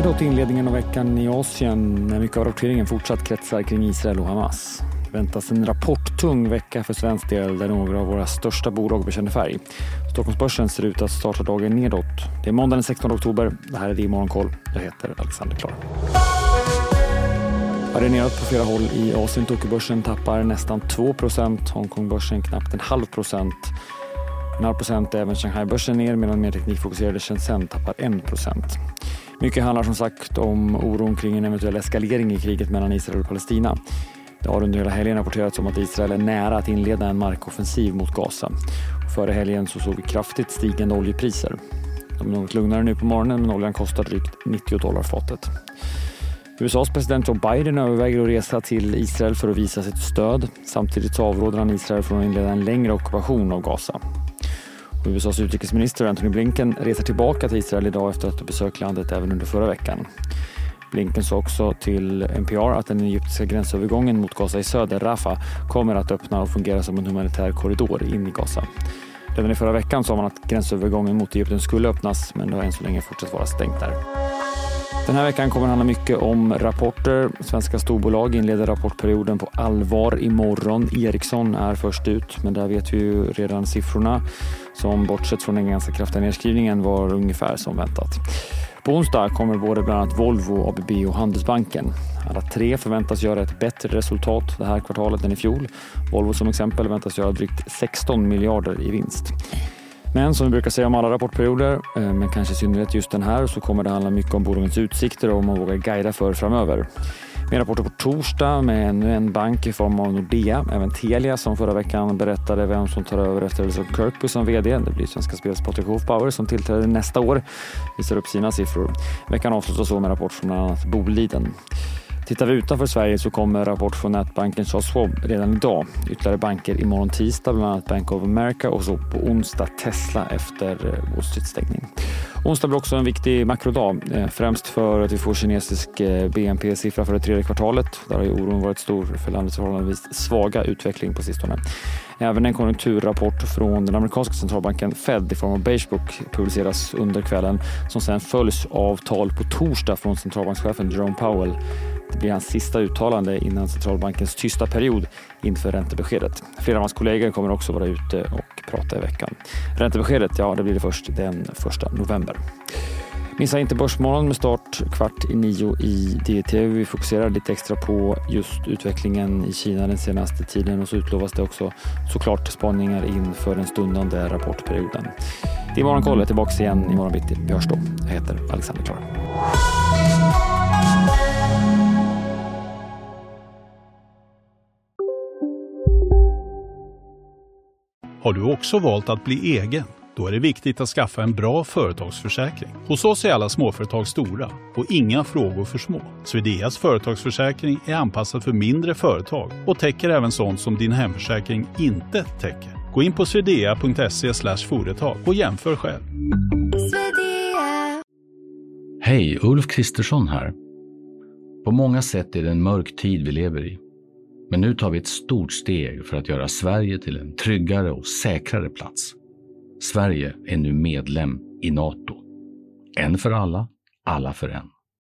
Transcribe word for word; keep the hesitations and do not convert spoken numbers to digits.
nedåt inledningen av veckan i Asien när mycket av rapporteringen fortsatt kretsar kring Israel och Hamas. Det väntas en rapporttung vecka för svensk del där några av våra största bolag bekänner färg. Stockholmsbörsen ser ut att starta dagen nedåt. Det är måndag den sextonde oktober. Det här är det i Morgonkoll. Jag heter Alexander Klar. Ja, det är nedåt på flera håll i Asien. Tokyobörsen tappar nästan två procent. Hongkongbörsen knappt en halv procent. En halv procent är även Shanghai-börsen ner medan mer teknikfokuserade Shenzhen tappar en procent. Mycket handlar som sagt om oron kring en eventuell eskalering i kriget mellan Israel och Palestina. Det har under hela helgen rapporterats om att Israel är nära att inleda en markoffensiv mot Gaza. Och före helgen så såg vi kraftigt stigande oljepriser. De är något lugnare nu på morgonen men oljan kostar drygt nittio dollar fatet. U S A:s president Joe Biden överväger att resa till Israel för att visa sitt stöd. Samtidigt så avråder han Israel från att inleda en längre ockupation av Gaza. Och U S A:s utrikesminister Antony Blinken reser tillbaka till Israel idag efter att ha besökt landet även under förra veckan. Blinken sa också till N P R att den egyptiska gränsövergången mot Gaza i söder, Rafah, kommer att öppna och fungera som en humanitär korridor in i Gaza. Redan i förra veckan sa man att gränsövergången mot Egypten skulle öppnas, men det har än så länge fortsatt vara stängt där. Den här veckan kommer det handla mycket om rapporter. Svenska storbolag inleder rapportperioden på allvar imorgon. Ericsson är först ut, men där vet vi ju redan siffrorna som bortsett från den ganska kraftiga nedskrivningen var ungefär som väntat. På onsdag kommer både bland annat Volvo, A B B och Handelsbanken. Alla tre förväntas göra ett bättre resultat det här kvartalet än i fjol. Volvo som exempel väntas göra drygt sexton miljarder i vinst. Men som vi brukar säga om alla rapportperioder, men kanske i synnerhet just den här, så kommer det handla mycket om bolagens utsikter och om man vågar guida för framöver. Med rapporter på torsdag med ännu en bank i form av Nordea, även Telia som förra veckan berättade vem som tar över efter Elizabeth Kirkby som vd. Det blir Svenska Spels Patrik Hofbauer som tillträder nästa år, visar upp sina siffror. Veckan avslutas så med rapport från bland annat Boliden. Tittar vi utanför Sverige så kommer rapport från nätbanken Charles Schwab redan idag. Ytterligare banker imorgon tisdag, bland annat Bank of America, och så på onsdag Tesla efter Wall Street-stängning. Onsdag blir också en viktig makrodag, främst för att vi får kinesisk B N P-siffra för det tredje kvartalet. Där har ju oron varit stor för landets förhållandevis svaga utveckling på sistone. Även en konjunkturrapport från den amerikanska centralbanken Fed i form av Beige Book publiceras under kvällen, som sen följs av tal på torsdag från centralbankschefen Jerome Powell. Det blir hans sista uttalande innan centralbankens tysta period inför räntebeskedet. Flera av hans kollegor kommer också vara ute och prata i veckan. Räntebeskedet, ja, det blir det först den första november. Missa inte Börsmorgon med start kvart i nio i D T V. Vi fokuserar lite extra på just utvecklingen i Kina den senaste tiden, och så utlovas det också såklart spaningar inför den stundande rapportperioden. Det är Morgonkoll, jag är tillbaka igen i morgon bitti. Vi hörs då. Jag heter Alexander Klar. Har du också valt att bli egen? Då är det viktigt att skaffa en bra företagsförsäkring. Hos oss är alla småföretag stora och inga frågor för små. Swedeas företagsförsäkring är anpassad för mindre företag och täcker även sånt som din hemförsäkring inte täcker. Gå in på swedea punkt se slash företag och jämför själv. Hej, Ulf Kristersson här. På många sätt är det en mörk tid vi lever i. Men nu tar vi ett stort steg för att göra Sverige till en tryggare och säkrare plats. Sverige är nu medlem i NATO. En för alla, alla för en.